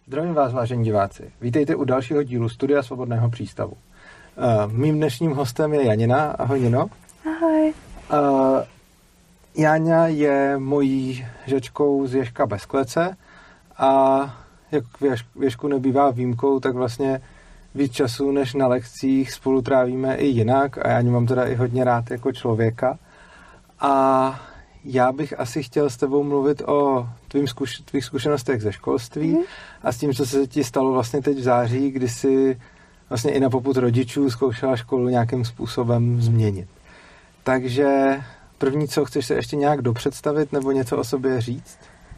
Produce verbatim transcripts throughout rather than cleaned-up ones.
Zdravím vás, vážení diváci. Vítejte u dalšího dílu Studia Svobodného přístavu. Uh, mým dnešním hostem je Janina. Ahoj, Nino. Ahoj. Uh, Jáňa je mojí žečkou z Ježka bez klece a jak v Ježku nebývá výjimkou, tak vlastně víc času než na lekcích spolu trávíme i jinak a Jáňu mám teda i hodně rád jako člověka. A já bych asi chtěl s tebou mluvit o tvým zkuš, tvých zkušenostech ze školství mm. a s tím, co se ti stalo vlastně teď v září, kdy jsi vlastně i na popud rodičů zkoušela školu nějakým způsobem změnit. Takže první, co chceš se ještě nějak dopředstavit nebo něco o sobě říct?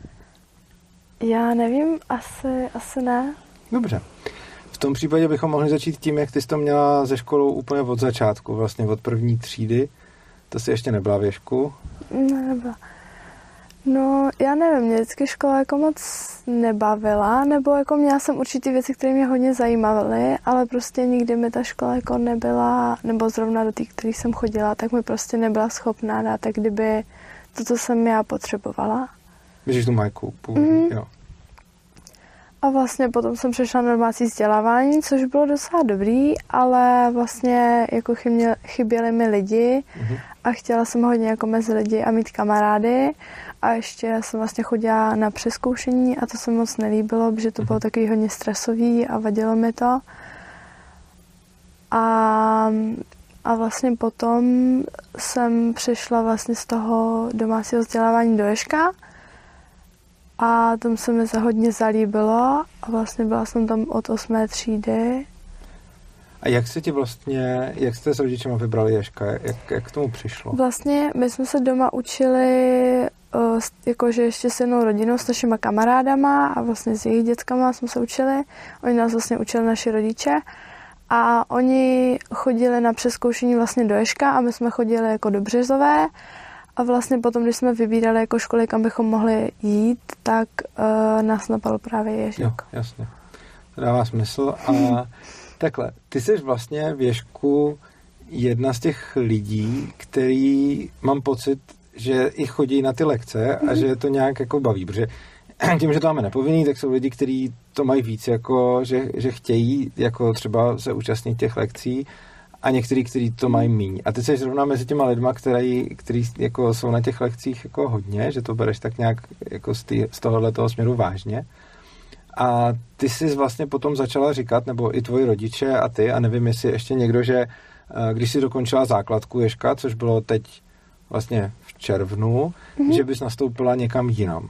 Já nevím, asi, asi ne. Dobře. V tom případě bychom mohli začít tím, jak ty jsi to měla ze školou úplně od začátku, vlastně od první třídy. To jsi ještě nebyla v Ježku? Ne, nebyla. No, já nevím, mě vždycky škola jako moc nebavila, nebo jako měla jsem určitý věci, které mě hodně zajímaly, ale prostě nikdy mi ta škola jako nebyla, nebo zrovna do té, které jsem chodila, tak mi prostě nebyla schopná dát, tak kdyby to, co jsem já potřebovala. Víš tu Majku? Mm. Jo. A vlastně potom jsem přešla na domácí vzdělávání, což bylo docela dobrý, ale vlastně jako chyběli, chyběli mi lidi mm-hmm. a chtěla jsem hodně jako mezi lidi a mít kamarády a ještě jsem vlastně chodila na přezkoušení a to se moc nelíbilo, protože to mm-hmm. bylo takový hodně stresový a vadilo mi to. A, a vlastně potom jsem přešla vlastně z toho domácího vzdělávání do Ježka. A tam se mi hodně zalíbilo a vlastně byla jsem tam od osmé třídy. A jak se ti vlastně, jak jste s rodičema vybrali Ježka? Jak, jak k tomu přišlo? Vlastně my jsme se doma učili jakože ještě s jednou rodinou, s našima kamarádama a vlastně s jejich dětskama jsme se učili. Oni nás vlastně učili naši rodiče a oni chodili na přezkoušení vlastně do Ježka a my jsme chodili jako do Březové. A vlastně potom, když jsme vybírali jako školy, kam bychom mohli jít, tak uh, nás napadl právě Ježek. Jo, jasně. To dává smysl. A takhle, ty jsi vlastně v Ježku jedna z těch lidí, který mám pocit, že i chodí na ty lekce a mm-hmm. že to nějak jako baví, protože tím, že to máme nepovinný, tak jsou lidi, kteří to mají víc, jako, že, že chtějí jako třeba se účastnit těch lekcí a některý, kteří to mají míň. A ty jsi zrovna mezi těma lidma, který, který jako jsou na těch lekcích jako hodně, že to bereš tak nějak jako z, tý, z tohohle směru vážně. A ty jsi vlastně potom začala říkat, nebo i tvoji rodiče a ty, a nevím, jestli ještě někdo, že když jsi dokončila základku Ježka, což bylo teď vlastně v červnu, mm-hmm. že bys nastoupila někam jinam.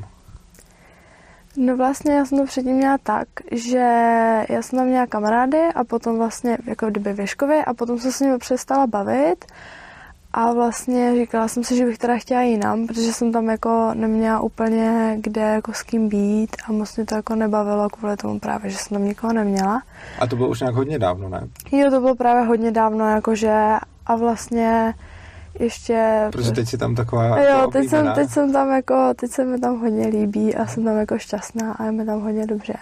No vlastně já jsem to předtím měla tak, že já jsem tam měla kamarády a potom vlastně jako kdyby v Ježkově a potom jsem se s nimi přestala bavit a vlastně říkala jsem si, že bych teda chtěla jinam, protože jsem tam jako neměla úplně kde jako s kým být a moc mě to jako nebavilo kvůli tomu právě, že jsem tam nikoho neměla. A to bylo už nějak hodně dávno, ne? Jo, to bylo právě hodně dávno, jakože a vlastně ještě... Protože teď si tam taková... Jo, teď jsem, teď jsem tam jako, teď se mi tam hodně líbí a jsem tam jako šťastná a je mi tam hodně dobře.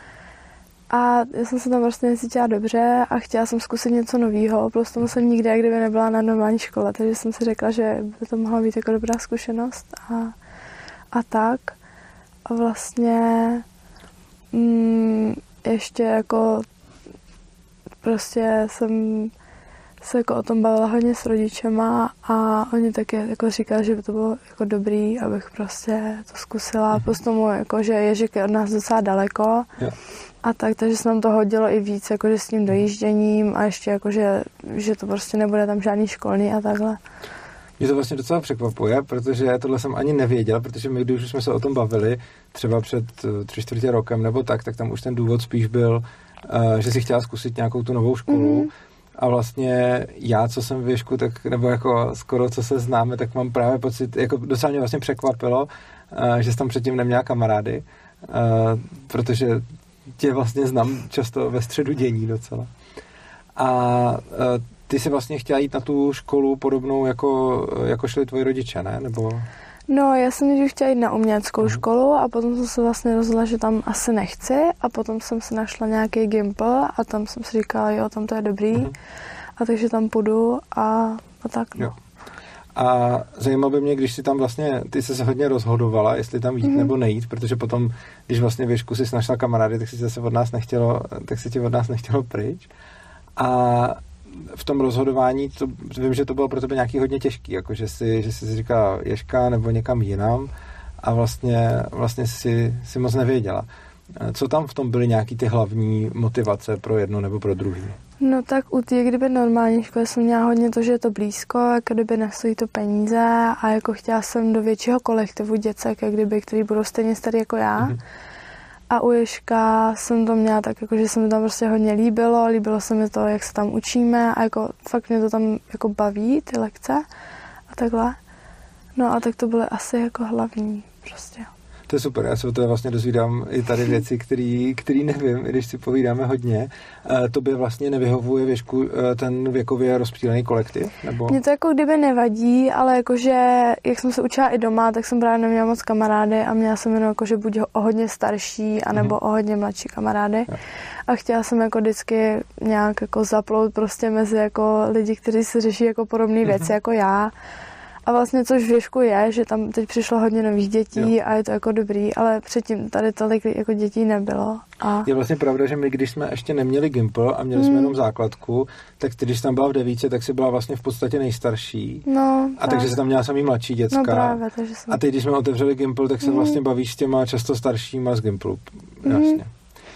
A já jsem se tam prostě necítila dobře a chtěla jsem zkusit něco nového, plus tomu jsem nikde, kdyby nebyla na normální škole, takže jsem si řekla, že by to mohla být jako dobrá zkušenost a, a tak. A vlastně mm, ještě jako prostě jsem se jako o tom bavila hodně s rodičema a oni taky jako říkali, že by to bylo jako dobrý, abych prostě to zkusila. Plus tomu, jako, že Ježek je od nás docela daleko jo. a tak, takže se nám to hodilo i víc, jakože s tím dojížděním a ještě jako, že, že to prostě nebude tam žádný školní a takhle. Mě to vlastně docela překvapuje, protože tohle jsem ani nevěděl, protože my, když už jsme se o tom bavili, třeba před tři čtvrtě rokem nebo tak, tak tam už ten důvod spíš byl, uh, že si chtěla zkusit nějakou tu novou školu. Mm-hmm. A vlastně já, co jsem v Ježku, tak, nebo jako skoro co se známe, tak mám právě pocit, jako docela mě vlastně překvapilo, uh, že jsi tam předtím neměla kamarády, uh, protože tě vlastně znám často ve středu dění docela. A uh, ty jsi vlastně chtěla jít na tu školu podobnou, jako, jako šli tvoji rodiče, ne? Nebo... No, já jsem nejdřív chtěla jít na uměleckou uh-huh. školu a potom jsem se vlastně rozhodla, že tam asi nechci a potom jsem si našla nějaký Gimpl a tam jsem si říkala, jo, tam to je dobrý uh-huh. a takže tam půjdu a, a tak, no. Jo. A zajímalo by mě, když si tam vlastně, ty jsi se hodně rozhodovala, jestli tam jít mm. nebo nejít, protože potom, když vlastně věšku si našla kamarády, tak si zase od nás nechtělo, tak si ti od nás nechtělo pryč. A v tom rozhodování, to, vím, že to bylo pro tebe nějaký hodně těžký, jako že si, že si říkala Ježka nebo někam jinam a vlastně, vlastně si, si moc nevěděla. Co tam v tom byly nějaký ty hlavní motivace pro jedno nebo pro druhý? No tak u té, kdyby normální školy jsem měla hodně to, že je to blízko, jako kdyby nestojí to peníze a jako chtěla jsem do většího kolektivu děcek, jak kdyby, který budou stejně starý jako já. Mm-hmm. A u Ježka jsem to měla tak, jako, že se mi tam prostě hodně líbilo, líbilo se mi to, jak se tam učíme a jako fakt mě to tam jako baví, ty lekce a takhle. No a tak to byly asi jako hlavní prostě. To je super, já se o toho vlastně dozvídám i tady věci, který nevím, i když si povídáme hodně. E, tobě vlastně nevyhovuje věšku e, ten věkově rozptýlený kolektiv? Nebo? Mně to jako kdyby nevadí, ale jakože, jak jsem se učila i doma, tak jsem právě neměla moc kamarády a měla jsem jenom jakože buď o hodně starší, anebo mm-hmm. o hodně mladší kamarády. Ja. A chtěla jsem jako vždycky nějak jako zaplout prostě mezi jako lidi, kteří si řeší jako podobné mm-hmm. věci jako já. A vlastně což v Věšku je, že tam teď přišlo hodně nových dětí jo. a je to jako dobrý, ale předtím tady tolik jako dětí nebylo. A... Je vlastně pravda, že my, když jsme ještě neměli Gimpl a měli mm. jsme jenom základku, tak když tam byla v devíce, tak si byla vlastně v podstatě nejstarší. No, a takže se tam měla samý mladší děcka. No právě, takže jsem... A teď, když jsme otevřeli Gimpl, tak se mm. vlastně bavíš s těma často staršíma z Gimplu. Jasně. Mm.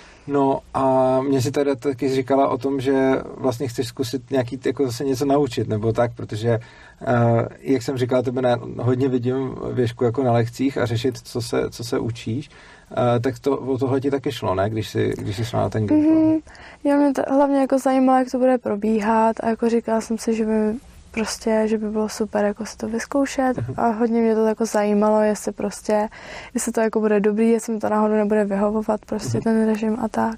No a mě si tady taky říkala o tom, že vlastně chceš zkusit nějaký, jako zase něco naučit, nebo tak, protože uh, jak jsem říkala, tebe na, hodně vidím Věšku jako na lekcích a řešit, co se, co se učíš, uh, tak to, o tohle ti taky šlo, ne, když jsi, když jsi šla na ten Gimpl. Mm-hmm. Já mě to hlavně jako zajímalo, jak to bude probíhat a jako říkala jsem si, že by prostě, že by bylo super jako si to vyzkoušet mm-hmm. a hodně mě to jako zajímalo, jestli prostě, jestli to jako bude dobrý, jestli mi to náhodou nebude vyhovovat prostě mm-hmm. ten režim a tak.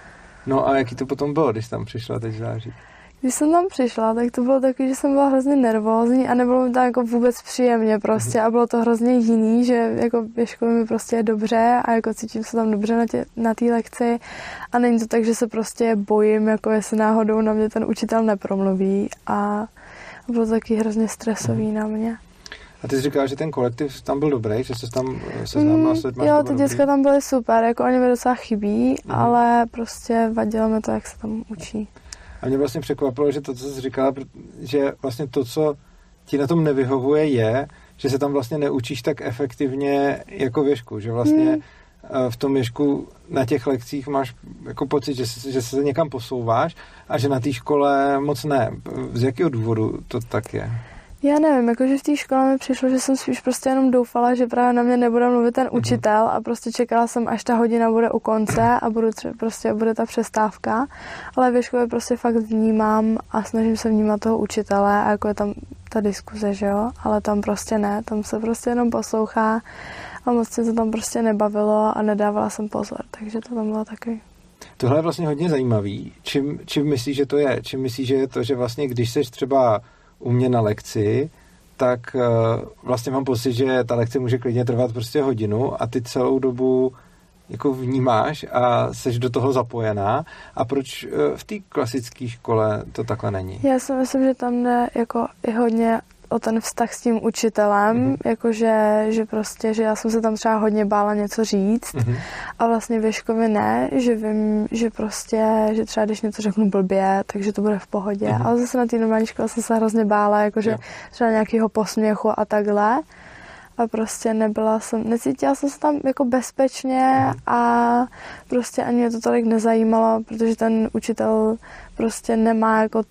No a jaký to potom bylo, když tam přišla teď září? Když jsem tam přišla, tak to bylo takový, že jsem byla hrozně nervózní a nebylo mi tam jako vůbec příjemně prostě mm-hmm. a bylo to hrozně jiný, že jako Věško mi prostě je dobře a jako cítím se tam dobře na té na té lekci a není to tak, že se prostě bojím, jako jestli náhodou na mě ten učitel nepromluví a bylo to taky hrozně stresový mm. na mě. A ty jsi říkala, že ten kolektiv tam byl dobrý, že jsi tam seznámila s lidmi? Jo, ty děcka tam byly super, jako oni mi docela chybí, mm. ale prostě vadilo mi to, jak se tam učí. A mě vlastně překvapilo, že to, co jsi říkala, že vlastně to, co ti na tom nevyhovuje, je, že se tam vlastně neučíš tak efektivně jako Věšku, že vlastně mm. v tom Věšku na těch lekcích máš jako pocit, že se, že se někam posouváš a že na té škole moc ne. Z jakého důvodu to tak je? Já nevím, jakože v té škole mi přišlo, že jsem spíš prostě jenom doufala, že právě na mě nebude mluvit ten učitel a prostě čekala jsem, až ta hodina bude u konce a budu třeba, prostě bude ta přestávka, ale ve škole prostě fakt vnímám a snažím se vnímat toho učitele a jako je tam ta diskuze, že jo, ale tam prostě ne, tam se prostě jenom poslouchá a moc se to tam prostě nebavilo a nedávala jsem pozor, takže to tam bylo takový. Tohle je vlastně hodně zajímavý. Čím, čím myslíš, že to je? Čím myslíš, že je to, že vlastně, když seš třeba u mě na lekci, tak uh, vlastně mám pocit, že ta lekce může klidně trvat prostě hodinu a ty celou dobu jako vnímáš a seš do toho zapojená. A proč uh, v té klasické škole to takhle není? Já si myslím, že tam jde jako i hodně o ten vztah s tím učitelem, mm-hmm. jakože, že prostě, že já jsem se tam třeba hodně bála něco říct mm-hmm. a vlastně Věškovi ne, že vím, že prostě, že třeba když něco řeknu blbě, takže to bude v pohodě, mm-hmm. ale zase na té normální škole jsem se hrozně bála, jakože yeah. třeba nějakého posměchu a takhle a prostě nebyla jsem, necítila jsem se tam jako bezpečně mm-hmm. a prostě ani mě to tolik nezajímalo, protože ten učitel prostě nemá jako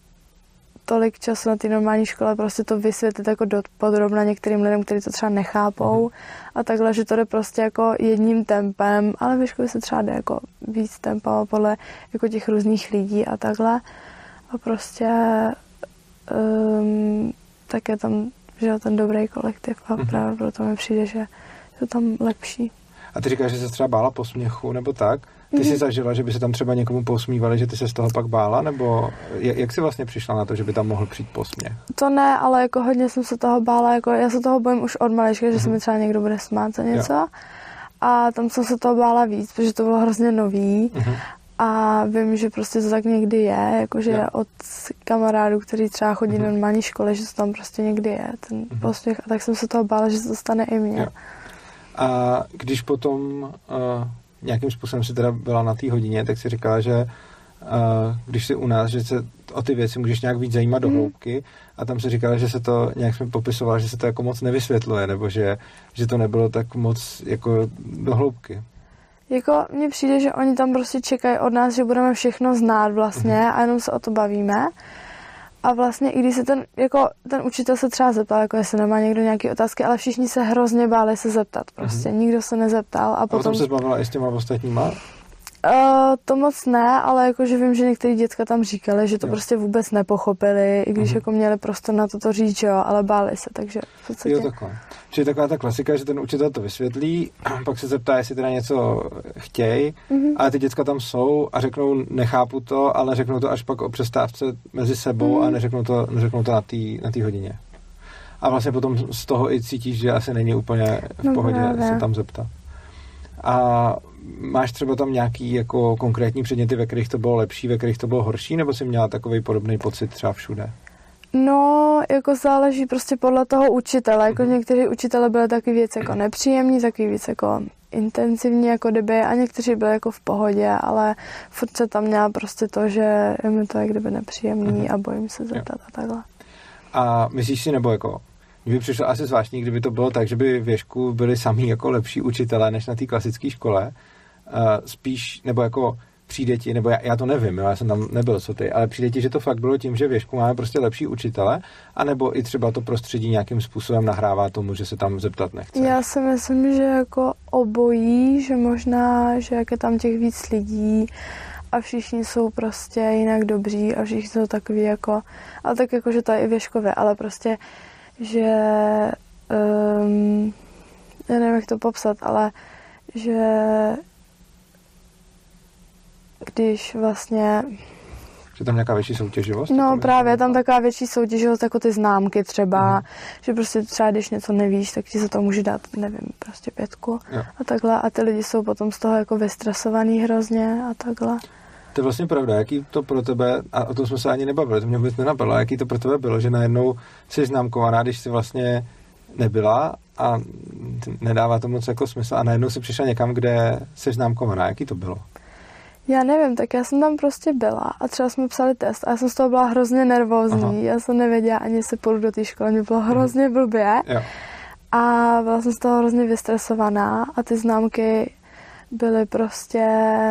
tolik času na té normální škole prostě to vysvětlit jako podrobna některým lidem, kteří to třeba nechápou a takhle, že to jde prostě jako jedním tempem, ale ve škole se třeba jde jako víc tempa podle jako těch různých lidí a takhle a prostě um, tak je tam, že je ten dobrý kolektiv a mm-hmm. právě proto mi přijde, že je to tam lepší. A ty říkáš, že se třeba bála posměchu nebo tak? Ty mm-hmm. jsi zažila, že by se tam třeba někomu posmívali, že ty se z toho pak bála? Nebo jak jsi vlastně přišla na to, že by tam mohl přijít posměch? To ne, ale jako hodně jsem se toho bála. Jako já se toho bojím už od malička, že mm-hmm. se mi třeba někdo bude smát za něco. Jo. A tam jsem se toho bála víc, protože to bylo hrozně nový. Mm-hmm. A vím, že prostě to tak někdy je, jakože jo. od kamarádů, kteří třeba chodí mm-hmm. do normální školy, že to tam prostě někdy je, ten mm-hmm. pospěch. A tak jsem se toho bála, že se to stane i mně. Jo. A když potom uh, nějakým způsobem si teda byla na té hodině, tak si říkala, že uh, když jsi u nás, že se o ty věci můžeš nějak víc zajímat do hloubky, mm. a tam si říkala, že se to, nějak jsme popisovala, že se to jako moc nevysvětluje, nebo že, že to nebylo tak moc jako do hloubky. Jako mně přijde, že oni tam prostě čekají od nás, že budeme všechno znát vlastně mm. a jenom se o to bavíme. A vlastně i když se ten, jako ten učitel se třeba zeptal, jako jestli nemá někdo nějaké otázky, ale všichni se hrozně báli se zeptat prostě. Mm. Nikdo se nezeptal. A, a potom... potom se zbavila i s těma ostatníma? Uh, to moc ne, ale jakože vím, že některý dětka tam říkali, že to jo. prostě vůbec nepochopili, i když mm. jako měli prostor na to to říct, jo, ale báli se, takže v podstatě... Jo, takhle. Čili taková ta klasika, že ten učitel to vysvětlí, pak se zeptá, jestli teda něco chtějí, mm-hmm. ale ty děcka tam jsou a řeknou, nechápu to, ale řeknou to až pak o přestávce mezi sebou mm. a neřeknou to, neřeknou to na té na té hodině. A vlastně potom z toho i cítíš, že asi není úplně v no, pohodě právě. se tam zeptat. A máš třeba tam nějaký jako konkrétní předměty, ve kterých to bylo lepší, ve kterých to bylo horší, nebo jsi měla takový podobný pocit třeba všude? No, jako záleží prostě podle toho učitele. Jako mm-hmm. někteří učitele byly taky věc jako nepříjemní, taky víc jako intenzivní, jako kdyby, a někteří byli jako v pohodě, ale furt se tam měla prostě to, že je mi to jak kdyby nepříjemný mm-hmm. a bojím se zeptat a takhle. A myslíš si, nebo jako mně by přišlo asi zvláštní, kdyby to bylo tak, že by v Ježku byli samý jako lepší učitelé než na té klasické škole. Uh, spíš, nebo jako přijde ti, nebo já, já to nevím, jo, já jsem tam nebyl, co ty, ale přijde ti, že to fakt bylo tím, že v Ježku máme prostě lepší učitele, anebo i třeba to prostředí nějakým způsobem nahrává tomu, že se tam zeptat nechce? Já si myslím, že jako obojí, že možná, že jak je tam těch víc lidí a všichni jsou prostě jinak dobří a všichni jsou takový jako, ale tak jako, že to je i v Ježkově, ale prostě že um, já nevím, jak to popsat, ale že když vlastně... Že tam nějaká větší soutěživost? No právě, je tam taková větší soutěživost, jako ty známky třeba, mm. že prostě třeba, když něco nevíš, tak ti se to může dát, nevím, prostě pětku jo. a takhle a ty lidi jsou potom z toho jako vystresovaný hrozně a takhle. To je vlastně pravda, jaký to pro tebe, a o tom jsme se ani nebavili, to mě vůbec nenapadlo, jaký to pro tebe bylo, že najednou jsi známkovaná, když jsi vlastně nebyla a nedává to moc jako smysl a najednou jsi přišla někam, kde jsi známkovaná, jaký to bylo? Já nevím, tak já jsem tam prostě byla a třeba jsme psali test a já jsem z toho byla hrozně nervózní, aha. já jsem nevěděla ani, jestli půjdu do té školy, mě bylo hrozně blbě jo. a byla jsem z toho hrozně vystresovaná a ty známky byly prostě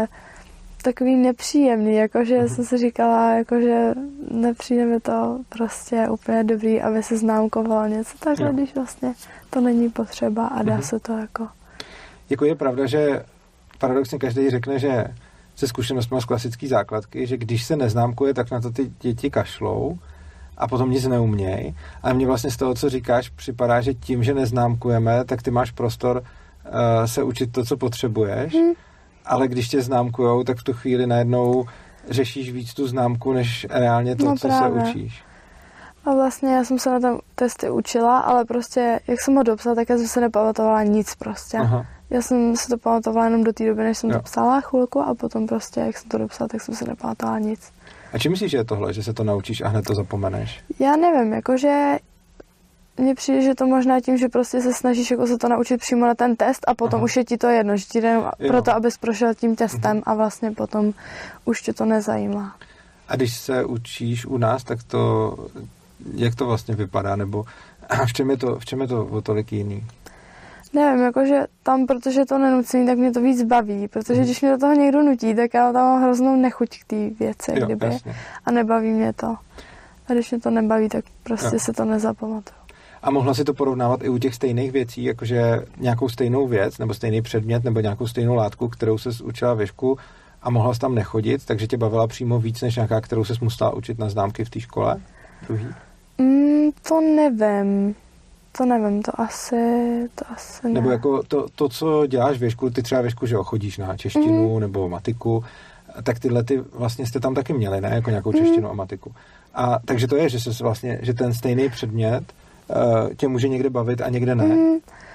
takový nepříjemný, jakože mm-hmm. jsem si říkala, jakože nepřijde mi to prostě úplně dobrý, aby se známkovalo něco takhle, jo. když vlastně to není potřeba a dá mm-hmm. se to jako... Jako je pravda, že paradoxně každý řekne, že se zkušenostmi z klasické základky, že když se neznámkuje, tak na to ty děti kašlou a potom nic neumějí. A mně vlastně z toho, co říkáš, připadá, že tím, že neznámkujeme, tak ty máš prostor uh, se učit to, co potřebuješ, mm. ale když tě známkujou, tak v tu chvíli najednou řešíš víc tu známku, než reálně to, no, co právě. se učíš. A vlastně já jsem se na tom testy učila, ale prostě, jak jsem ho dopsala, tak já jsem se nepamatovala nic prostě. Aha. Já jsem se to pamatovala jenom do té doby, než jsem jo. to psala chvilku a potom prostě, jak jsem to dopsala, tak jsem se nepamatovala nic. A čím myslíš, že je tohle, že se to naučíš a hned to zapomeneš? Já nevím, jakože mně přijde, že to možná tím, že prostě se snažíš jako se to naučit přímo na ten test a potom Aha. už je ti to jedno, že ti jde jenom proto, abys prošel tím testem mhm. a vlastně potom už tě to nezajímá. A když se učíš u nás, tak to, jak to vlastně vypadá, nebo v čem je to, v čem je to o tolik jiný? Nevím, jakože tam, protože je to nenucený, tak mě to víc baví, protože mm. když mě do toho někdo nutí, tak já tam mám hroznou nechuť k té věci, jo, kdyby, jasně. a nebaví mě to. A když mě to nebaví, tak prostě jo. se to nezapamatuju. A mohla si to porovnávat i u těch stejných věcí, jakože nějakou stejnou věc, nebo stejný předmět, nebo nějakou stejnou látku, kterou ses učila v Ježku a mohla jsi tam nechodit, takže tě bavila přímo víc, než nějaká, kterou ses musela učit na známky v té škole? Druhý? Mm, to nevím. To nevím, to asi, to asi ne. Nebo jako to, to, co děláš v Ježku, ty třeba v Ježku, že jo, chodíš na češtinu mm. nebo matiku, tak tyhle ty vlastně jste tam taky měli, ne? Jako nějakou češtinu mm. a matiku. A takže to je, že se vlastně, že ten stejný předmět uh, tě může někde bavit a někde ne. Mm.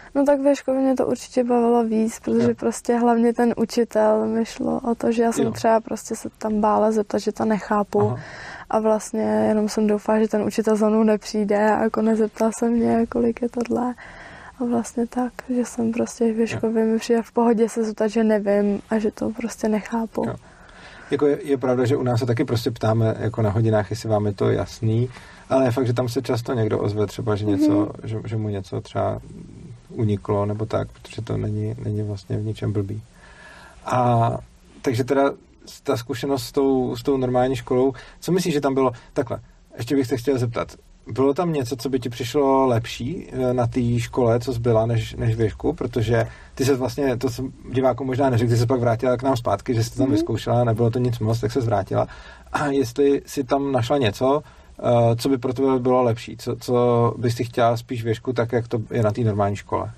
No tak ve škole mě to určitě bavilo víc, protože jo. prostě hlavně ten učitel mi šlo o to, že já jsem jo. třeba prostě se tam bála zeptat, že to nechápu. Aha. A vlastně jenom jsem doufala, že ten učitel za mnou nepřijde a jako nezeptal se mě, kolik je tohle. A vlastně tak, že jsem prostě ve škole mi přijde v pohodě se zeptat, že nevím a že to prostě nechápu. Jo. Jako je, je pravda, že u nás se taky prostě ptáme jako na hodinách, jestli vám je to jasný, ale je fakt, že tam se často někdo ozve třeba, že, něco, mm. že, že mu něco třeba uniklo nebo tak, protože to není, není vlastně v ničem blbý. A takže teda ta zkušenost s tou, s tou normální školou, co myslíš, že tam bylo? Takhle, ještě bych se chtěl zeptat, bylo tam něco, co by ti přišlo lepší na té škole, co zbyla, než, než věšku, protože ty se vlastně, to jsem divákům možná neřekl, ty se pak vrátila k nám zpátky, že jsi to tam mm. vyzkoušela, nebylo to nic moc, tak se vrátila. A jestli si tam našla něco, co by pro tebe bylo lepší, co, co bys si chtěla spíš věšku, tak jak to je na té normální škole?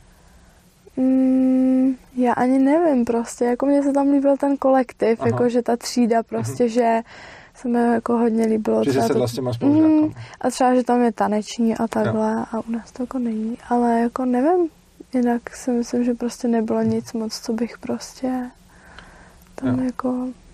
Mm, já ani nevím prostě, jako mně se tam líbil ten kolektiv, jako že ta třída prostě, mm. že se mi jako hodně líbilo. Že se sedla s těma spolužákama. Mm, a třeba, že tam je taneční a takhle jo. a u nás to jako není, ale jako nevím, jinak si myslím, že prostě nebylo nic moc, co bych prostě tam jo. jako...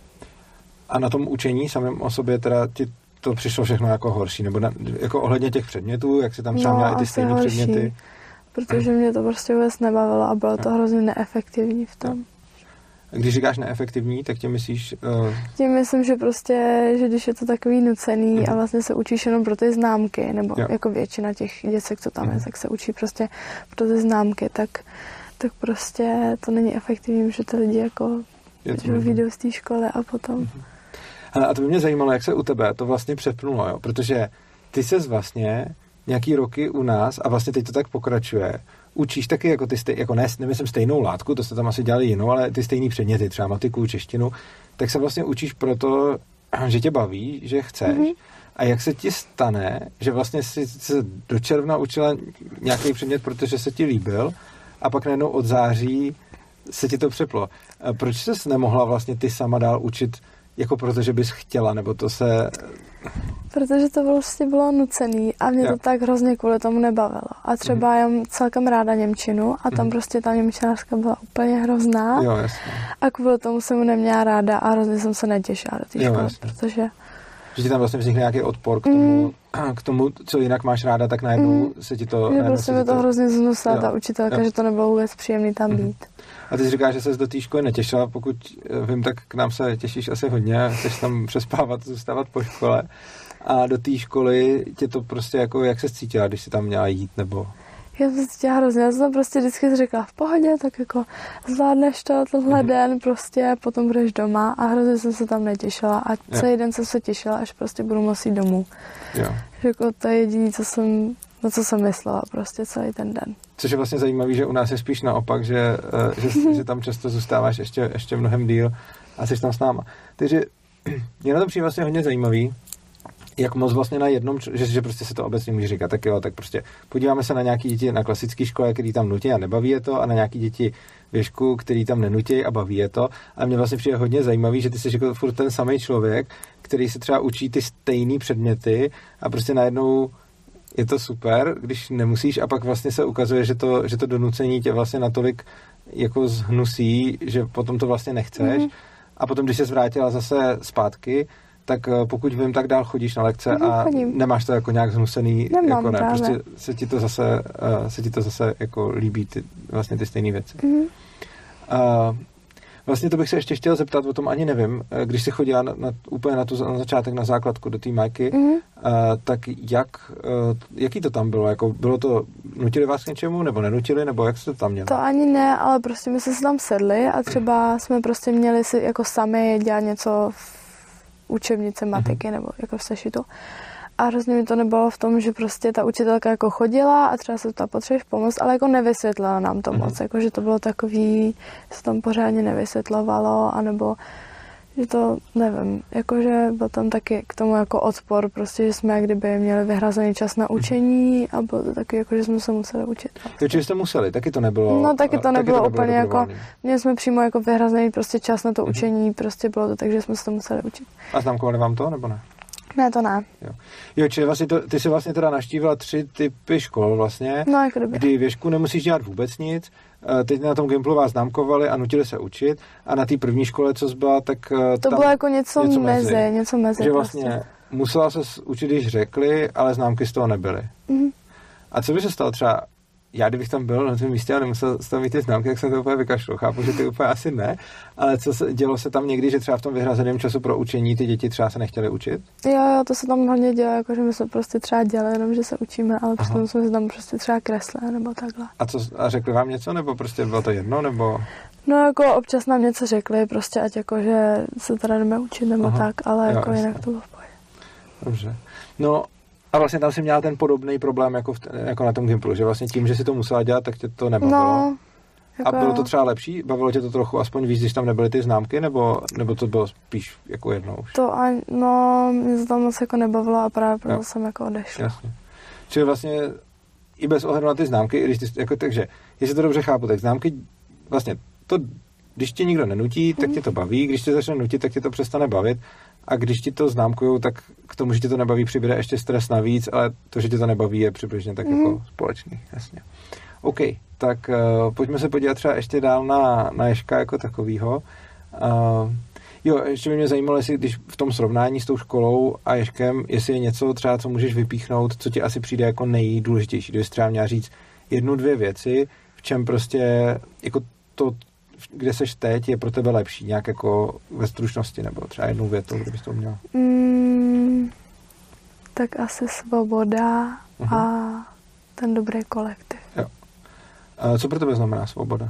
A na tom učení samém o sobě teda ti to přišlo všechno jako horší, nebo na, jako ohledně těch předmětů, jak si tam třeba no, měla i ty stejné předměty? Protože mě to prostě vůbec nebavilo a bylo to hrozně neefektivní v tom. Když říkáš neefektivní, tak tím myslíš... Uh... Tím myslím, že prostě, že když je to takový nucený mm. a vlastně se učíš jenom pro ty známky, nebo jo. jako většina těch děcek, co tam mm. je, tak se učí prostě pro ty známky, tak, tak prostě to není efektivní, že ty lidi jako vyjdou z té školy a potom... Mm. Hele, a to by mě zajímalo, jak se u tebe to vlastně přepnulo, jo? Protože ty ses vlastně nějaký roky u nás a vlastně teď to tak pokračuje. Učíš taky jako ty stej, jako ne, nemyslím stejnou látku, to jste tam asi dělali jinou, ale ty stejný předměty, třeba matiku, češtinu, tak se vlastně učíš proto, že tě baví, že chceš. Mm-hmm. A jak se ti stane, že vlastně jsi se do června učila nějaký předmět, protože se ti líbil a pak najednou od září se ti to přeplo. Proč ses nemohla vlastně ty sama dál učit jako protože bys chtěla, nebo to se... Protože to vlastně bylo nucený a mě jo. to tak hrozně kvůli tomu nebavilo. A třeba mm. já mám celkem ráda němčinu a tam mm. prostě ta němčinářka byla úplně hrozná. Jo, jasně. A kvůli tomu jsem mu neměla ráda a hrozně jsem se netěšila do té školy, protože... Že ti tam vlastně vznikne nějaký odpor k tomu, mm. k tomu, co jinak máš ráda, tak najednou mm. se ti to... Že prostě mi to, to hrozně znusila ta učitelka, jo. že to nebylo vůbec příjemný tam mm. být. A ty jsi říkáš, že ses do té školy netěšila, pokud vím, tak k nám se těšíš asi hodně, chceš tam přespávat, zůstávat po škole. A do té školy tě to prostě jako, jak se cítila, když jsi tam měla jít, nebo... Já jsem se cítila hrozně, já jsem tam prostě vždycky řekla v pohodě, tak jako zvládneš to tenhle mm-hmm. den, prostě potom budeš doma a hrozně jsem se tam netěšila a celý jo. den jsem se těšila, až prostě budu moct jít domů. Jo. Že jako to je jediné, co jsem, na co jsem myslela prostě celý ten den. Což je vlastně zajímavý, že u nás je spíš naopak, že, že, že tam často zůstáváš ještě, ještě mnohem díl a jsi tam s náma. Takže mě na to přijde vlastně hodně zajímavý, jak moc vlastně na jednom, že, že prostě se to obecně může říkat, tak jo, tak prostě podíváme se na nějaký děti na klasické škole, který tam nutí a nebaví je to, a na nějaký děti věšku, který tam nenutí a baví je to. A mě vlastně přijde hodně zajímavý, že ty jsi jako furt ten samý člověk, který se třeba učí ty stejný předměty a prostě najednou je to super, když nemusíš, a pak vlastně se ukazuje, že to, že to donucení tě vlastně natolik jako zhnusí, že potom to vlastně nechceš. Mm. A potom, když se vrátila zase zpátky, tak pokud vím, tak dál chodíš na lekce mm, a chodím. Nemáš to jako nějak zhnusený, Nemám, jako ne, právě. Prostě se ti to zase, uh, se ti to zase jako líbí ty, vlastně ty stejné věci. Mm. Uh, vlastně to bych se ještě chtěl zeptat, o tom ani nevím, když jsi chodila na, na, úplně na, tu, na začátek na základku do té Majky, mm. uh, tak jak, uh, jaký to tam bylo? Jako bylo to, nutili vás k něčemu, nebo nenutili, nebo jak jste to tam měli? To ani ne, ale prostě my jsme se tam sedli a třeba jsme prostě měli si jako sami dělat něco v učebnice matiky, mm. nebo jako v sešitu. A hrozně mi to nebylo v tom, že prostě ta učitelka jako chodila a třeba se to potřebuješ pomoct, ale jako nevysvětlila nám to mm. moc, jako že to bylo takový, že se tam pořádně nevysvětlovalo, anebo že to, nevím, jakože byl tam taky k tomu jako odpor, prostě, že jsme jak kdyby měli vyhrazený čas na učení a bylo to taky jako, že jsme se museli učit. Takže jste museli, taky to nebylo... No taky to nebylo taky to úplně jako, měli jsme přímo jako vyhrazený prostě čas na to učení, mm-hmm. prostě bylo to tak, že jsme se to museli učit. A známkovali vám to, nebo ne? Ne, to ne. Jo, jo čili vlastně to, ty jsi vlastně teda navštívila tři typy škol vlastně, no, jako kdy věšku nemusíš dělat vůbec nic, teď na tom Gimplu vás známkovali a nutili se učit a na té první škole, co jsi byla, tak to tam bylo jako něco, něco mezi, mezi, něco mezi. Že vlastně prostě. Musela se učit, když řekli, ale známky z toho nebyly. Mm-hmm. A co by se stalo třeba, já kdybych tam byl na tom místě a nemusel z toho mít ty známky, tak jsem to úplně vykašlal. Chápu, že ty úplně asi ne, ale co se, dělo se tam někdy, že třeba v tom vyhrazeném času pro učení ty děti třeba se nechtěly učit? Jo, jo, to se tam hodně dělo, jako že my jsme prostě třeba dělali jenom, že se učíme, ale potom jsme se tam prostě třeba kreslili nebo takhle. A, co, a řekli vám něco, nebo prostě bylo to jedno, nebo... No jako občas nám něco řekli, prostě ať jako, že se teda jdeme učit nebo Aha. tak, ale jako jo, jinak to bylo v pohodě. Dobře. No a vlastně tam si měla ten podobný problém jako, v, jako na tom Gimplu, že vlastně tím, že si to musela dělat, tak tě to nebavilo. No, jako a bylo to třeba lepší? Bavilo tě to trochu aspoň víc, když tam nebyly ty známky, nebo, nebo to bylo spíš jako jednou už? To ani, no, mě to tam moc jako nebavilo a právě proto jsem jako odešla. Jasně. Čili vlastně i bez ohledu na ty známky, když ty, jako, takže, jestli to dobře chápu, tak známky vlastně to, když tě nikdo nenutí, tak tě to baví, když tě začne nutit, tak tě to přestane bavit a když ti to známkujou, tak k tomu, že tě to nebaví, přibude ještě stres navíc, ale to, že tě to nebaví, je přibližně tak mm. jako společný, jasně. OK, tak uh, pojďme se podívat třeba ještě dál na, na Ježka jako takovýho. Uh, jo, ještě by mě zajímalo, jestli když v tom srovnání s tou školou a Ježkem, jestli je něco třeba, co můžeš vypíchnout, co ti asi přijde jako nejdůležitější. Kdybys třeba měla říct jednu, dvě věci, v čem prostě jako to, kde seš teď, je pro tebe lepší, nějak jako ve stručnosti, nebo třeba jednou větou, kdybys to měla. Mm, tak asi svoboda uh-huh. a ten dobrý kolektiv. Jo. A co pro tebe znamená svoboda?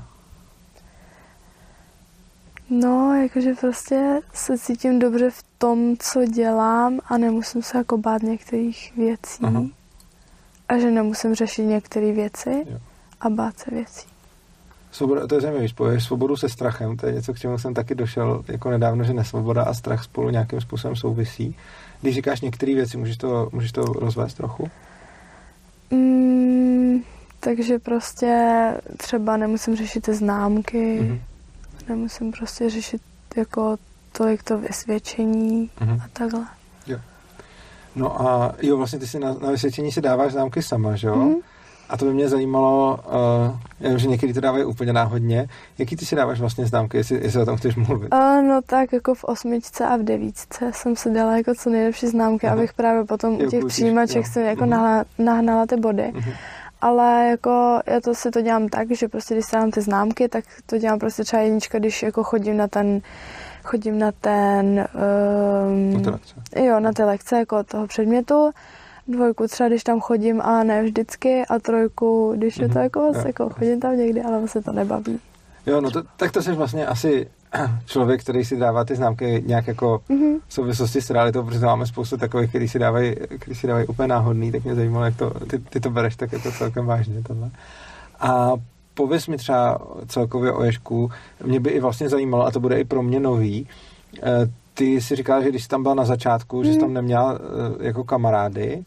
No, jakože prostě se cítím dobře v tom, co dělám a nemusím se jako bát některých věcí. Uh-huh. A že nemusím řešit některé věci jo. a bát se věcí. Svoboda, to je zajímavý, spojuješ svobodu se strachem, to je něco, k čemu jsem taky došel jako nedávno, že nesvoboda a strach spolu nějakým způsobem souvisí. Když říkáš některé věci, můžeš to, můžeš to rozvést trochu? Mm, takže prostě třeba nemusím řešit ty známky, mm-hmm. nemusím prostě řešit jako tolik to vysvědčení mm-hmm. a takhle. Jo. No a jo, vlastně ty si na, na vysvědčení si dáváš známky sama, že jo? Mm-hmm. A to by mě zajímalo, uh, já vím, že někdy to dávají úplně náhodně. Jaký ty si dáváš vlastně známky, jestli, jestli o tom chceš mluvit? Uh, no tak jako v osmičce a v devítce jsem si dala jako co nejlepší známky, uh-huh. abych právě potom jo, u těch přijímaček si jako uh-huh. nahnala, nahnala ty body. Uh-huh. Ale jako já to si to dělám tak, že prostě když se dám ty známky, tak to dělám prostě třeba jednička, když jako chodím na ten chodím na ten um, na ty lekce. Jo, na ty lekce jako toho předmětu. Dvojku třeba, když tam chodím, ale ne vždycky, a trojku, když mm-hmm. je to jako vás, jako chodím tam někdy, ale vlastně to nebaví. Jo, no to, tak to jsi vlastně asi člověk, který si dává ty známky nějak jako mm-hmm. v souvislosti s realitou, protože máme spoustu takových, který si dávají, který si dávají úplně náhodný, tak mě zajímalo, jak to, ty, ty to bereš, tak je to celkem vážně tohle. A pověz mi třeba celkově o Ježku, mě by i vlastně zajímalo, a to bude i pro mě nový, ty si říkala, že když jsi tam byla na začátku, mm. že jsi tam neměla jako kamarády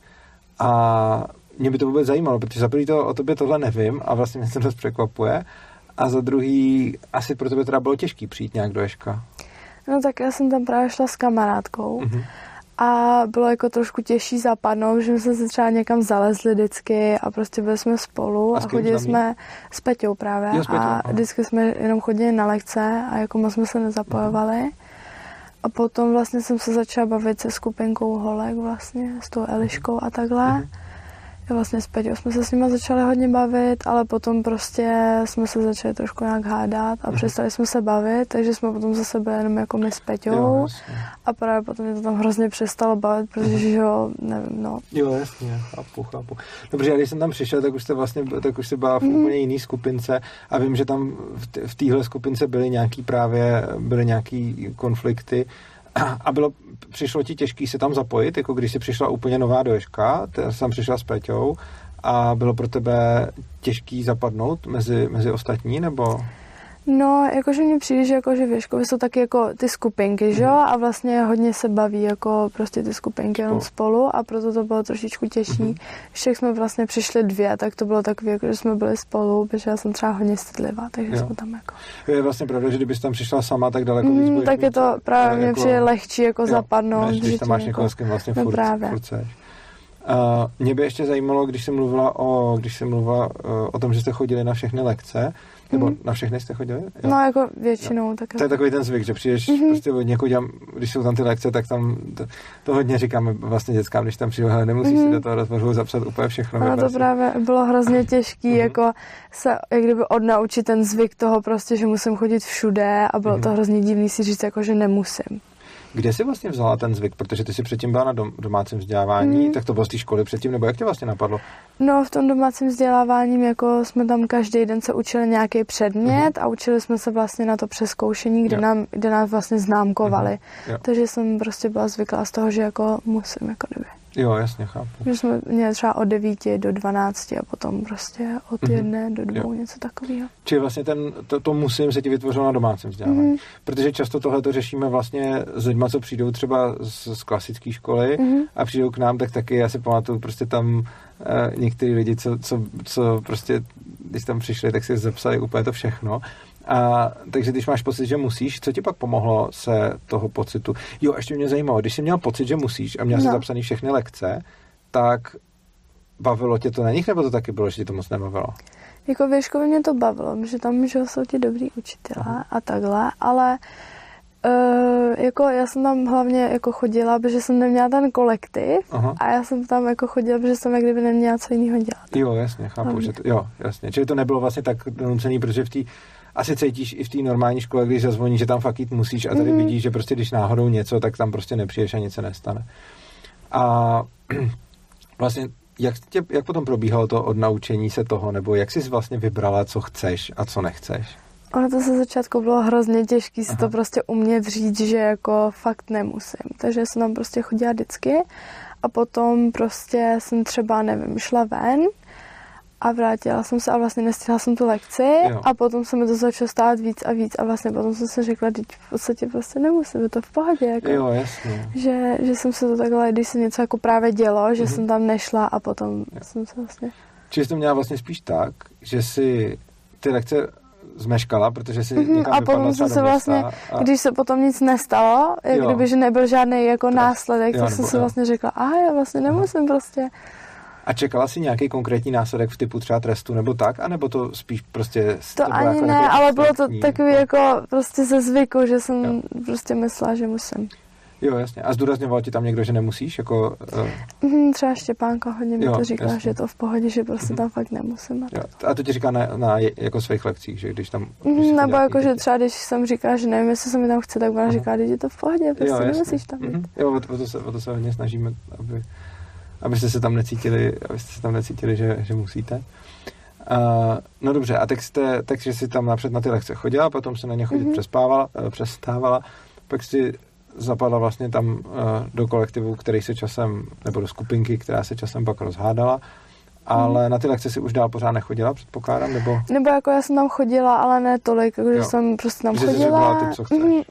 a mě by to vůbec zajímalo, protože za prvý to o tobě tohle nevím a vlastně mě to dost překvapuje a za druhý asi pro tebe teda bylo těžký přijít nějak do Ježka. No tak já jsem tam právě šla s kamarádkou mm-hmm. a bylo jako trošku těžší zapadnout, že jsme se třeba někam zalezli vždycky a prostě byli jsme spolu a, a chodili jsme s Peťou právě jo, s Peťou, a vždycky jsme jenom chodili na lekce a jako moc jsme se nezapojovali. Mm-hmm. A potom vlastně jsem se začala bavit se skupinkou holek vlastně, s tou Eliškou a takhle. Mm-hmm. A vlastně s Peťou jsme se s nimi začali hodně bavit, ale potom prostě jsme se začali trošku nějak hádat a mm-hmm. přestali jsme se bavit, takže jsme potom zase byli jenom jako my s Peťou. Jo, a právě potom mě to tam hrozně přestalo bavit, protože mm-hmm. jo, nevím, no. Jo, jasně, chápu, chápu. Dobře, já když jsem tam přišel, tak už jste vlastně, tak už jste byla v mm-hmm. úplně jiný skupince a vím, že tam v téhle skupince byly nějaký právě, byly nějaký konflikty. A bylo, přišlo ti těžký se tam zapojit, jako když jsi přišla úplně nová do Ježka, jsem přišla s Peťou a bylo pro tebe těžký zapadnout mezi, mezi ostatní, nebo? No, jakože mně přijde, že jakože ve škole jsou taky jako ty skupinky, že jo? A vlastně hodně se baví jako prostě ty skupinky jenom spolu a proto to bylo trošičku těžší. Mm-hmm. Ještě jak jsme vlastně přišli dvě, tak to bylo takový, jako, že jsme byli spolu, protože já jsem třeba hodně citlivá, takže jo. jsme tam jako... Je vlastně pravda, že kdybys tam přišla sama, tak daleko mm, víc budeš tak je to právě mě jako, přijde lehčí jako jo, zapadnout. Než když tam máš někoho, jako, s kým vlastně no furt, furt seš. Uh, mě by ještě zajímalo, když jsem mluvila o, když jsem mluvila uh, o tom, že jste chodili na všechny lekce, nebo mm. na všechny jste chodili? Jo. No, jako většinou. Tak to je takový ten zvyk, že přijdeš mm-hmm. prostě od někud, když jsou tam ty lekce, tak tam to, to hodně říkáme vlastně dětskám, když tam přijdu, ale nemusíš mm-hmm. si do toho rozpočtu zapsat úplně všechno. No to právě bylo hrozně těžký, mm-hmm. jako se jak kdyby odnaučit ten zvyk toho prostě, že musím chodit všude a bylo mm-hmm. to hrozně divný si říct, jako, že nemusím. Kde jsi vlastně vzala ten zvyk? Protože ty jsi předtím byla na dom, domácím vzdělávání, mm. tak to bylo z té školy předtím, nebo jak tě vlastně napadlo? No v tom domácím vzdělávání jako jsme tam každý den se učili nějaký předmět mm. a učili jsme se vlastně na to přezkoušení, kde, nám, kde nás vlastně známkovali. Mm. Takže jsem prostě byla zvyklá z toho, že jako musím jako kdyby. Jo, jasně, chápu. Že jsme měli třeba od devíti do dvanácti a potom prostě od mm-hmm. jedné do dvou, jo. něco takového. Čili vlastně ten, to, to musím se ti vytvořilo na domácím vzdělávání. Mm-hmm. Protože často tohleto řešíme vlastně s lidma, co přijdou třeba z, z klasické školy mm-hmm. a přijdou k nám, tak taky já si pamatuju prostě tam eh, některý lidi, co, co, co prostě, když tam přišli, tak si zapsali úplně to všechno. A takže když máš pocit, že musíš, co ti pak pomohlo se toho pocitu? Jo, ještě mě zajímalo, když jsi měl pocit, že musíš a měl no. jsi zapsaný všechny lekce, tak bavilo tě to na nich, nebo to taky bylo, že ti to moc nebavilo? Jako ve škole mě to bavilo, že tam že jsou ti dobrý učitelé uh-huh. a takhle, ale uh, jako já jsem tam hlavně jako chodila, protože jsem neměla ten kolektiv uh-huh. a já jsem tam jako chodila, protože jsem jak kdyby neměla co jiného dělat. Jo, jasně, chápu, hlavně. Že to, jo, jasně. Čili to nebylo vlastně tak donucený, protože v té asi cítíš i v té normální škole, když zazvoní, že tam fakt jít musíš a tady mm-hmm. vidíš, že prostě když náhodou něco, tak tam prostě nepřijdeš a nic se nestane. A vlastně, jak, tě, jak potom probíhalo to odnaučení se toho, nebo jak jsi vlastně vybrala, co chceš a co nechceš? Ono to se začátku bylo hrozně těžké si to prostě umět říct, že jako fakt nemusím. Takže jsem tam prostě chodila vždycky a potom prostě jsem třeba, nevím, šla ven a vrátila jsem se a vlastně nestihla jsem tu lekci jo. a potom se mi to začalo stát víc a víc a vlastně potom jsem si řekla, že v podstatě prostě nemusím, je to v pohodě. Jako, jo, jasně. Že, že jsem se to takhle, když se něco jako právě dělo, že mm-hmm. jsem tam nešla a potom jo. jsem se vlastně... Čiže jsi to měla vlastně spíš tak, že si ty lekce zmeškala, protože si mm-hmm. někam a potom jsem se vlastně, a... když se potom nic nestalo, jak jo. kdyby, že nebyl žádný jako Trest. následek, jo, tak jsem si jo. vlastně řekla, aha, já vlastně nemusím Aha. prostě... A čekala jsi nějaký konkrétní následek v typu třeba trestu nebo tak, anebo to spíš prostě... To, to ani ne, jako ale bylo to takový jako prostě ze zvyku, že jsem jo. prostě myslela, že musím. Jo, jasně. A zdůrazňoval ti tam někdo, že nemusíš? Jako, uh... mm, třeba Štěpánka hodně mi jo, to říkala, jasně. že to v pohodě, že prostě mm-hmm. tam fakt nemusím. A, jo. A to ti říká na, na jako svých lekcích, že když tam... Když mm, nebo jako, že třeba když jsem říkala, že nevím, jestli se mi tam chce, tak ona říká, že je to v pohodě, prostě jo, nemusíš tam mm-hmm. Jo, o, o, to se, o to se hodně snažíme, aby... abyste se tam necítili, abyste se tam necítili, že, že musíte. Uh, no dobře, a tak jste, takže si tam napřed na ty lekce chodila, potom se na ně chodit mm-hmm. přespávala, uh, přestávala, pak si zapadla vlastně tam uh, do kolektivu, který se časem, nebo do skupinky, která se časem pak rozhádala, ale mm. na ty lekce si už dál pořád nechodila, předpokládám, nebo? Nebo jako já jsem tam chodila, ale ne tolik, takže jsem prostě tam že chodila. Jsi ty, co chceš. Mm-hmm.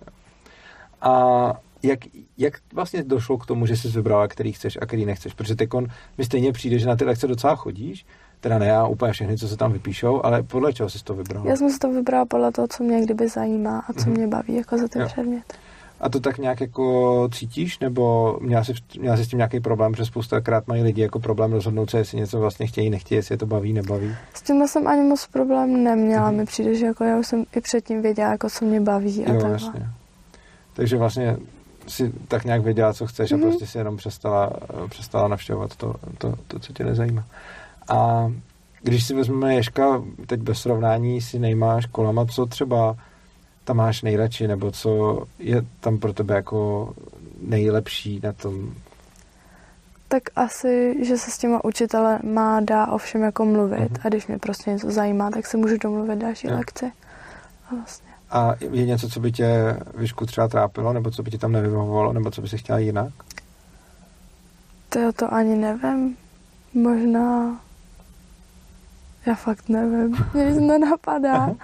A Jak, jak vlastně došlo k tomu, že jsi vybrala, který chceš a který nechceš? Protože tekon mi stejně přijde, že na ty lekce docela chodíš, teda ne já úplně všechny, co se tam vypíšou, ale podle čeho jsi to vybrala? Já jsem si to vybrala podle toho, co mě kdyby zajímá a co mm-hmm. mě baví, jako za ten předmět. A to tak nějak jako cítíš, nebo měla jsi, měla jsi s tím nějaký problém, že spoustakrát mají lidi jako problém rozhodnout se, jestli něco vlastně chtějí, nechtějí, jestli je to baví, nebaví? S tím jsem ani moc problém neměla, mm-hmm. mi přijde, že jako já už jsem i předtím věděla, jako co mě baví a takhle. Jasně. Takže vlastně si tak nějak věděla, co chceš mm-hmm. a prostě si jenom přestala, přestala navštěvovat to, to, to, co tě nezajímá. A když si vezmeme Ježka, teď bez srovnání si nejmáš kolama, co třeba tam máš nejradši, nebo co je tam pro tebe jako nejlepší na tom? Tak asi, že se s těma učitele má dá o všem jako mluvit mm-hmm. a když mě prostě něco zajímá, tak se můžu domluvit další ja. lekci. A vlastně. A je něco, co by tě Vyšku třeba trápilo, nebo co by tě tam nevyhovovalo, nebo co by si chtěla jinak? To já to ani nevím. Možná... Já fakt nevím. Mě nic nenapadá.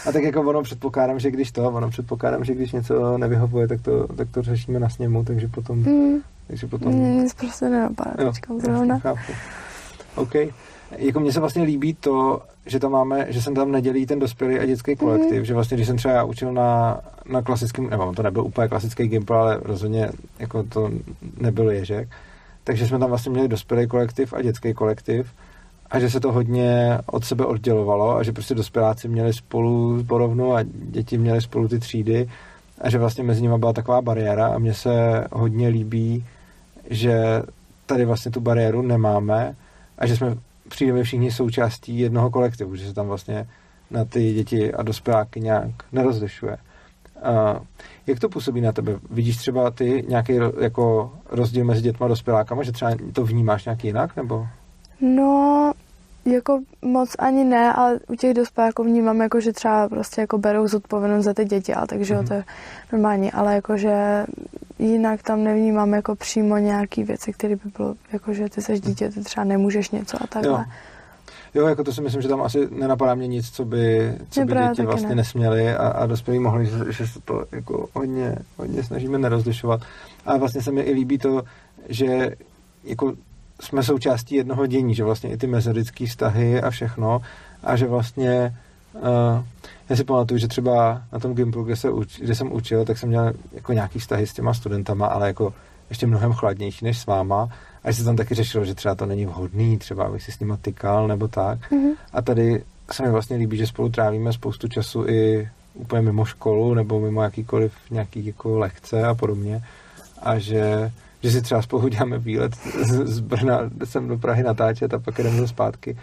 A tak jako ono předpokládám, že když to, ono předpokládám, že když něco nevyhovuje, tak to, tak to řešíme na sněmu, takže potom... Mm. Takže potom... Nic prostě nenapadá, teďka zrovna. Chápu. OK. Jako mně se vlastně líbí to, že tam máme, že jsem tam nedělí ten dospělý a dětský kolektiv, mm. že vlastně, když jsem třeba učil na, na klasickém, nebo to nebyl úplně klasický Gimpl, ale rozhodně jako to nebyl Ježek, takže jsme tam vlastně měli dospělý kolektiv a dětský kolektiv a že se to hodně od sebe oddělovalo a že prostě dospěláci měli spolu zborovnu a děti měli spolu ty třídy a že vlastně mezi nimi byla taková bariéra a mně se hodně líbí, že tady vlastně tu bariéru nemáme a že jsme přijdeme všichni součástí jednoho kolektivu, že se tam vlastně na ty děti a dospěláky nějak nerozlišuje. A jak to působí na tebe? Vidíš třeba ty nějaký jako rozdíl mezi dětma a dospělákama, že třeba to vnímáš nějak jinak, nebo? No, jako moc ani ne, ale u těch dospěláků vnímám, jako, že třeba prostě jako berou zodpovědnost za ty děti, a takže mm-hmm. to je normální, ale jakože jinak tam nevnímám jako přímo nějaký věci, které by bylo, jako, že ty seš dítě, ty třeba nemůžeš něco a takhle. Jo. Jo, jako to si myslím, že tam asi nenapadá mě nic, co by, co by děti vlastně ne. nesměly a, a dospělí mohli, že, že se to jako hodně, hodně snažíme nerozlišovat. A vlastně se mi i líbí to, že jako jsme součástí jednoho dění, že vlastně i ty mezilidský vztahy a všechno a že vlastně uh, já si pamatuju, že třeba na tom Gimplu, kde, se uč, kde jsem učil, tak jsem měl jako nějaký vztahy s těma studentama, ale jako ještě mnohem chladnější než s váma. A že se tam taky řešilo, že třeba to není vhodný, třeba abych si s nima tykal nebo tak. Mm-hmm. A tady se mi vlastně líbí, že spolu trávíme spoustu času i úplně mimo školu nebo mimo jakýkoliv nějaký jako lekce a podobně. A že, že si třeba spolu děláme výlet z, z Brna sem do Prahy natáčet a pak jdeme zpátky.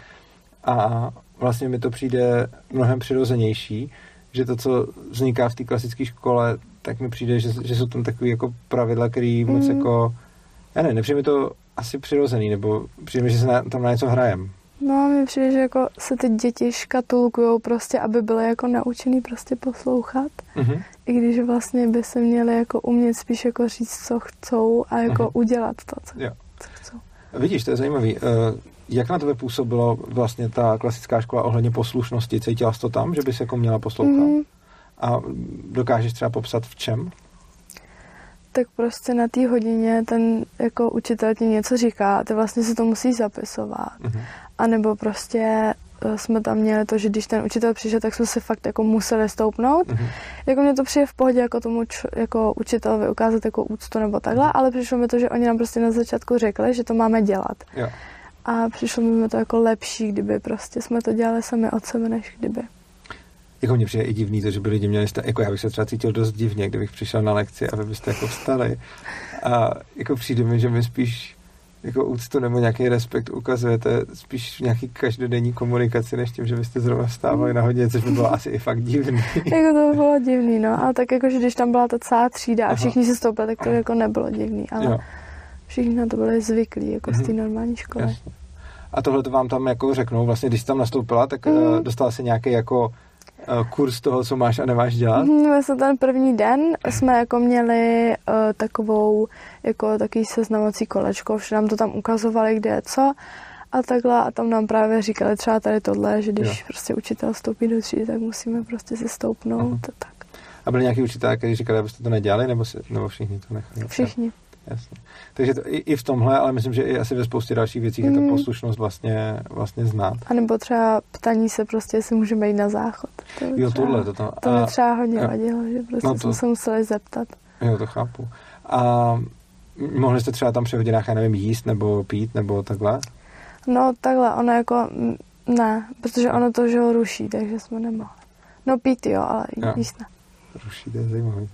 A vlastně mi to přijde mnohem přirozenější, že to, co vzniká v té klasické škole, tak mi přijde, že, že jsou tam takový jako pravidla, který mm. moc jako... Já ne, nepřijde mi to asi přirozený, nebo přijde mi, že se na, tam na něco hrajem. No, mi přijde, že jako se ty děti škatulkujou prostě, aby byly jako naučený prostě poslouchat. Mm-hmm. I když vlastně by se měli jako umět spíš jako říct, co chcou a jako mm-hmm. udělat to, co, co chcou. Vidíš, to je zajímavý. Jak na tebe působilo vlastně ta klasická škola ohledně poslušnosti? Cítila jsi to tam, že bys jako měla poslouchat? Mm-hmm. A dokážeš třeba popsat v čem? Tak prostě na té hodině ten jako učitel ti něco říká a ty vlastně si to musíš zapisovat. Mm-hmm. A nebo prostě jsme tam měli to, že když ten učitel přišel, tak jsme se fakt jako museli stoupnout. Mm-hmm. Jako mě to přijde v pohodě jako tomu č- jako učitelovi ukázat jako úctu nebo takhle, ale přišlo mi to, že oni nám prostě na začátku řekli, že to máme dělat. Jo. A přišlo mi to jako lepší, kdyby prostě jsme to dělali sami od sebe, než kdyby. Jako mně přijde i divný to, že by lidi měli stát, jako já bych se třeba cítil dost divně, kdybych přišel na lekci a vy byste jako vstali a jako přijde mi, že mi spíš jako úctu nebo nějaký respekt ukazujete spíš v nějaký každodenní komunikaci, než tím, že byste zrovna vstávali na hodině, což by bylo asi i fakt divný. Jako to by bylo divný, no, ale tak jako, že když tam byla ta celá třída a všichni si stoupili, tak to jako nebylo divný, ale jo. Všichni na to byli zvyklí, jako mm-hmm. z té normální školy. Jasně. A tohle to vám tam jako řeknou, vlastně když jsi tam nastoupila, tak mm. dostala si nějaký jako kurz toho, co máš a nemáš dělat? Vlastně ten první den jsme jako měli uh, takovou jako takový seznamovací kolečko, vše nám to tam ukazovali, kde je co a takhle a tam nám právě říkali třeba tady tohle, že když jo. prostě učitel vstoupí do třídy, tak musíme prostě si stoupnout uh-huh. a tak. A byli nějaký učitelé, kteří říkali, abyste to nedělali, nebo, si, nebo všichni to nechali? Všichni. Jasně. Takže to, i, i v tomhle, ale myslím, že i asi ve spoustě dalších věcí mm. je ta poslušnost vlastně, vlastně znát. A nebo třeba ptaní se prostě, jestli můžeme jít na záchod. To jo, třeba, tohle. To, to, to mi třeba hodně jo. vadilo, že prostě no to, jsme se museli zeptat. Jo, to chápu. A mohli jste třeba tam při hodinách, já nevím, jíst nebo pít nebo takhle? No takhle, ono jako, ne, protože ono to, že ho ruší, takže jsme nemohli. No pít jo, ale jo. jíst ne. Ruší, to je zajímavý.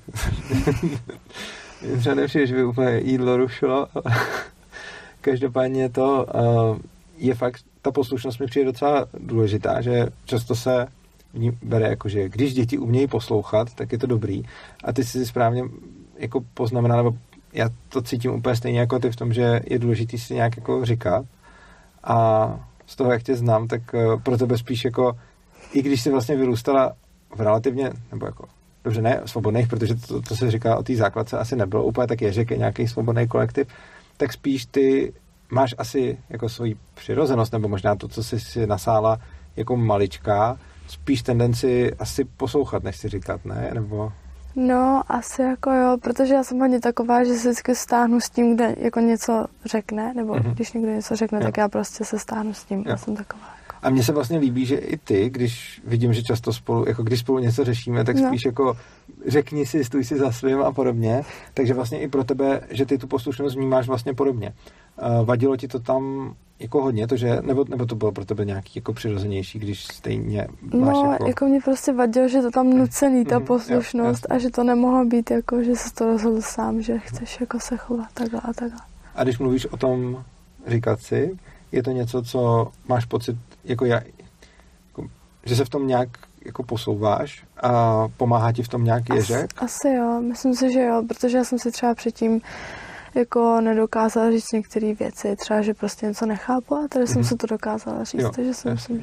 Třeba nepřijde, že by úplně jídlo rušilo. Každopádně to uh, je fakt, ta poslušnost mi přijde docela důležitá, že často se v ní bere jako, že když děti umějí poslouchat, tak je to dobrý. A ty si správně jako poznamená, nebo já to cítím úplně stejně jako ty v tom, že je důležitý si nějak jako říkat. A z toho, jak tě znám, tak uh, pro tebe spíš jako, i když jsi vlastně vyrůstala v relativně, nebo jako dobře, ne svobodných, protože to, to se říká o té základce, asi nebylo úplně tak Ježek, je nějaký svobodný kolektiv, tak spíš ty máš asi jako svoji přirozenost, nebo možná to, co jsi si nasála jako maličká, spíš tendenci asi poslouchat, než si říkat, ne? Nebo... No, asi jako jo, protože já jsem hodně taková, že se vždycky stáhnu s tím, kde jako něco řekne, nebo mm-hmm. když někdo něco řekne, jo. tak já prostě se stáhnu s tím. Jo. Já jsem taková. Jako... A mně se vlastně líbí, že i ty, když vidím, že často spolu, jako když spolu něco řešíme, tak spíš no. jako řekni si, stůj si za svým a podobně. Takže vlastně i pro tebe, že ty tu poslušnost vnímáš vlastně podobně. Uh, vadilo ti to tam jako hodně, to, že, nebo, nebo to bylo pro tebe nějaký jako přirozenější, když stejně máš no, jako... jako mě prostě vadilo, že to tam nucený, ta mm, poslušnost jo, a že to nemohlo být jako, že se to rozhodl sám, že chceš jako se chovat takhle a takhle. A když mluvíš o tom říkat si, je to něco, co máš pocit, jako já, jako, že se v tom nějak jako posouváš a pomáhá ti v tom nějak Ježek? Asi, asi jo, myslím si, že jo, protože já jsem si třeba předtím jako nedokázala říct některé věci, třeba, že prostě něco nechápu a tady mm-hmm. jsem se to dokázala říct, jo, takže si myslím, že...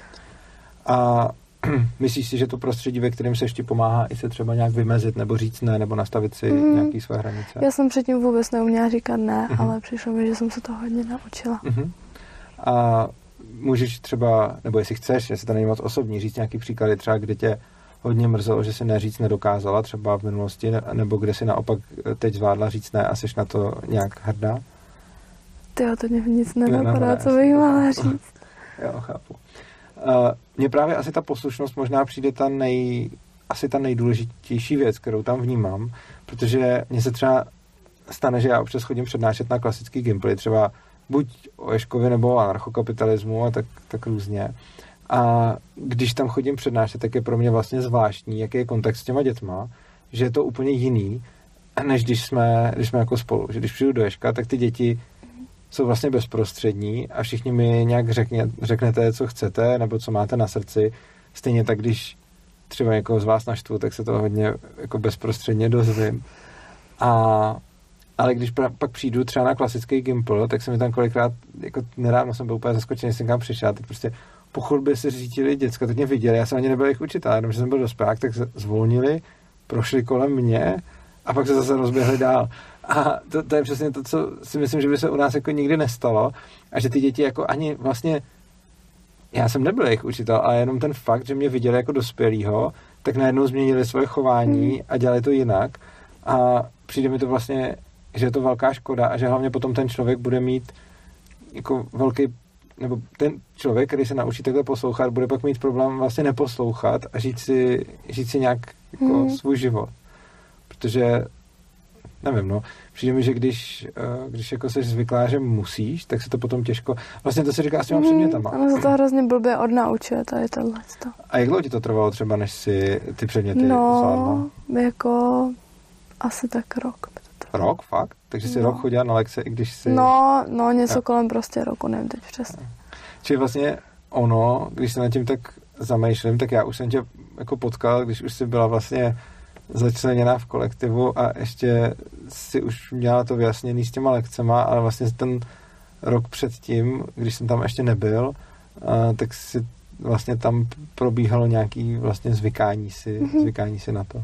A myslíš si, že to prostředí, ve kterém se ještě pomáhá i se třeba nějak vymezit, nebo říct ne, nebo nastavit si mm-hmm. nějaký své hranice? Já jsem předtím vůbec neuměla říkat ne, mm-hmm. ale přišlo mi, že jsem se to hodně naučila. Mm-hmm. A můžeš třeba, nebo jestli chceš, jestli to není moc osobní, říct nějaký příklady, třeba kde tě hodně mrzelo, že si neříct nedokázala třeba v minulosti, nebo kde si naopak teď zvládla říct ne a jsi na to nějak hrdá? Tyjo, to mě nic nenapadá, co bych mohla říct. Jo, chápu. Uh, mně právě asi ta poslušnost možná přijde ta nej, asi ta nejdůležitější věc, kterou tam vnímám, protože mně se třeba stane, že já občas chodím přednášet na klasický Gimply, třeba buď o Ježkovi nebo o anarchokapitalismu a tak, tak různě. A když tam chodím přednášet, tak je pro mě vlastně zvláštní, jaký je kontext s těma dětma, že je to úplně jiný, než když jsme, když jsme jako spolu. Že když přijdu do Ježka, tak ty děti jsou vlastně bezprostřední a všichni mi nějak řekně, řeknete, co chcete, nebo co máte na srdci. Stejně tak, když třeba někoho z vás naštvu, tak se to hodně jako bezprostředně dozvím. A ale když pra, pak přijdu třeba na klasický Gimpl, tak se mi tam kolikrát, jako nedávno jsem byl úplně zaskočený, jsem tam přišel, teď prostě po chodbě se řítili děcka, teď mě viděli, já jsem ani nebyl jejich učitel, jenom že jsem byl dospělák, tak zvolnili, prošli kolem mě a pak se zase rozběhli dál. A to, to je přesně to, co si myslím, že by se u nás jako nikdy nestalo a že ty děti jako ani vlastně, já jsem nebyl jejich učitel, ale jenom ten fakt, že mě viděli jako dospělýho, tak najednou změnili svoje chování a dělali to jinak a přijde mi to vlastně, že je to velká škoda a že hlavně potom ten člověk bude mít jako velký, nebo ten člověk, který se naučí takhle poslouchat, bude pak mít problém vlastně neposlouchat a žít si, žít si nějak jako mm. svůj život. Protože, nevím, no, přijde mi, že když, když jako jsi zvyklá, že musíš, tak se to potom těžko, vlastně to se říká s těma mm. předmětama. Ono se to hrozně blbě odnaučuje, tady tohle. A jak dlouho ti to trvalo třeba, než si ty předměty no, zvládla? No, jako asi tak rok. Rok, fakt? Takže jsi no. rok chodila na lekce, i když jsi... No, no něco ja. kolem prostě roku, nevím teď přesně. Čili vlastně ono, když se nad tím tak zamýšlím, tak já už jsem tě jako potkal, když už jsi byla vlastně začleněná v kolektivu a ještě si už měla to vyjasněný s těma lekcema, ale vlastně ten rok předtím, když jsem tam ještě nebyl, tak si vlastně tam probíhalo nějaký vlastně zvykání si, mm-hmm. zvykání si na to.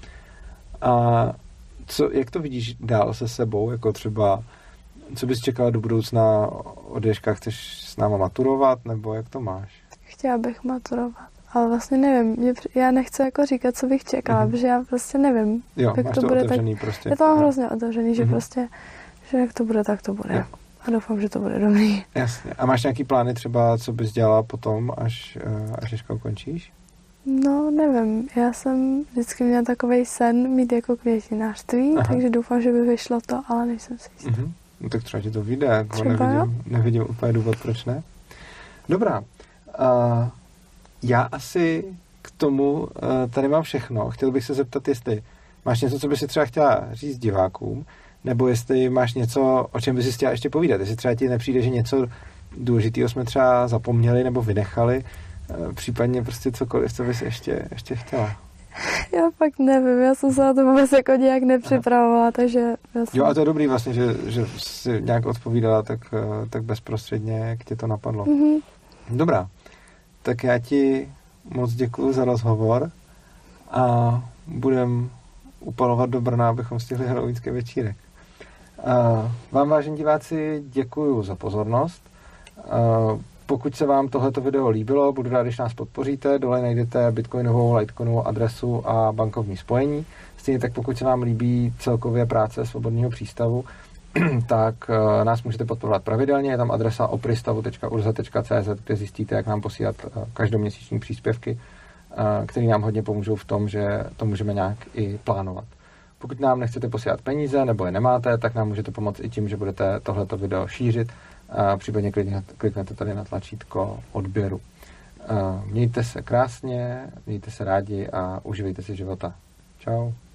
A co, jak to vidíš dál se sebou, jako třeba, co bys čekala do budoucna od Ježka, chceš s náma maturovat, nebo jak to máš? Chtěla bych maturovat, ale vlastně nevím, mě, já nechci jako říkat, co bych čekala, mm-hmm. protože já prostě nevím, jo, jak máš to, to bude, otevřený tak, prostě. je to mám hrozně otevřený, že mm-hmm. prostě, že jak to bude, tak to bude. Jo. A doufám, že to bude dobrý. Jasně. A máš nějaký plány třeba, co bys dělala potom, až, až Ježka ukončíš? No, nevím. Já jsem vždycky měla takovej sen mít jako květinářství, aha. takže doufám, že by vyšlo to, ale nejsem si jistá. Mm-hmm. No tak třeba ti to vyjde, jako nevidím, nevidím úplně důvod, proč ne. Dobrá. Uh, já asi k tomu uh, tady mám všechno. Chtěl bych se zeptat, jestli máš něco, co by si třeba chtěla říct divákům, nebo jestli máš něco, o čem by si chtěla ještě povídat. Jestli třeba ti nepřijde, že něco důležitého jsme třeba zapomněli nebo vynechali, případně prostě cokoliv, co bys ještě, ještě chtěla. Já fakt nevím, já jsem se na to vůbec jako nějak nepřipravovala, takže... Já jsem... Jo, a to je dobrý vlastně, že, že jsi nějak odpovídala tak, tak bezprostředně, jak tě to napadlo. Mm-hmm. Dobrá, tak já ti moc děkuju za rozhovor a budem upalovat do Brna, abychom stihli halloweenský večírek. A vám, vážení diváci, děkuju za pozornost. A pokud se vám tohleto video líbilo, budu rád, když nás podpoříte. Dole najdete bitcoinovou, litecoinovou adresu a bankovní spojení. Stejně tak pokud se vám líbí celkově práce Svobodného přístavu, tak nás můžete podporovat pravidelně. Je tam adresa opristavu tečka urza tečka cé zet, kde zjistíte, jak nám posílat každoměsíční příspěvky, které nám hodně pomůžou v tom, že to můžeme nějak i plánovat. Pokud nám nechcete posílat peníze nebo je nemáte, tak nám můžete pomoct i tím, že budete tohleto video šířit a případně kliknete tady na tlačítko odběru. Mějte se krásně, mějte se rádi a uživejte si života. Čau.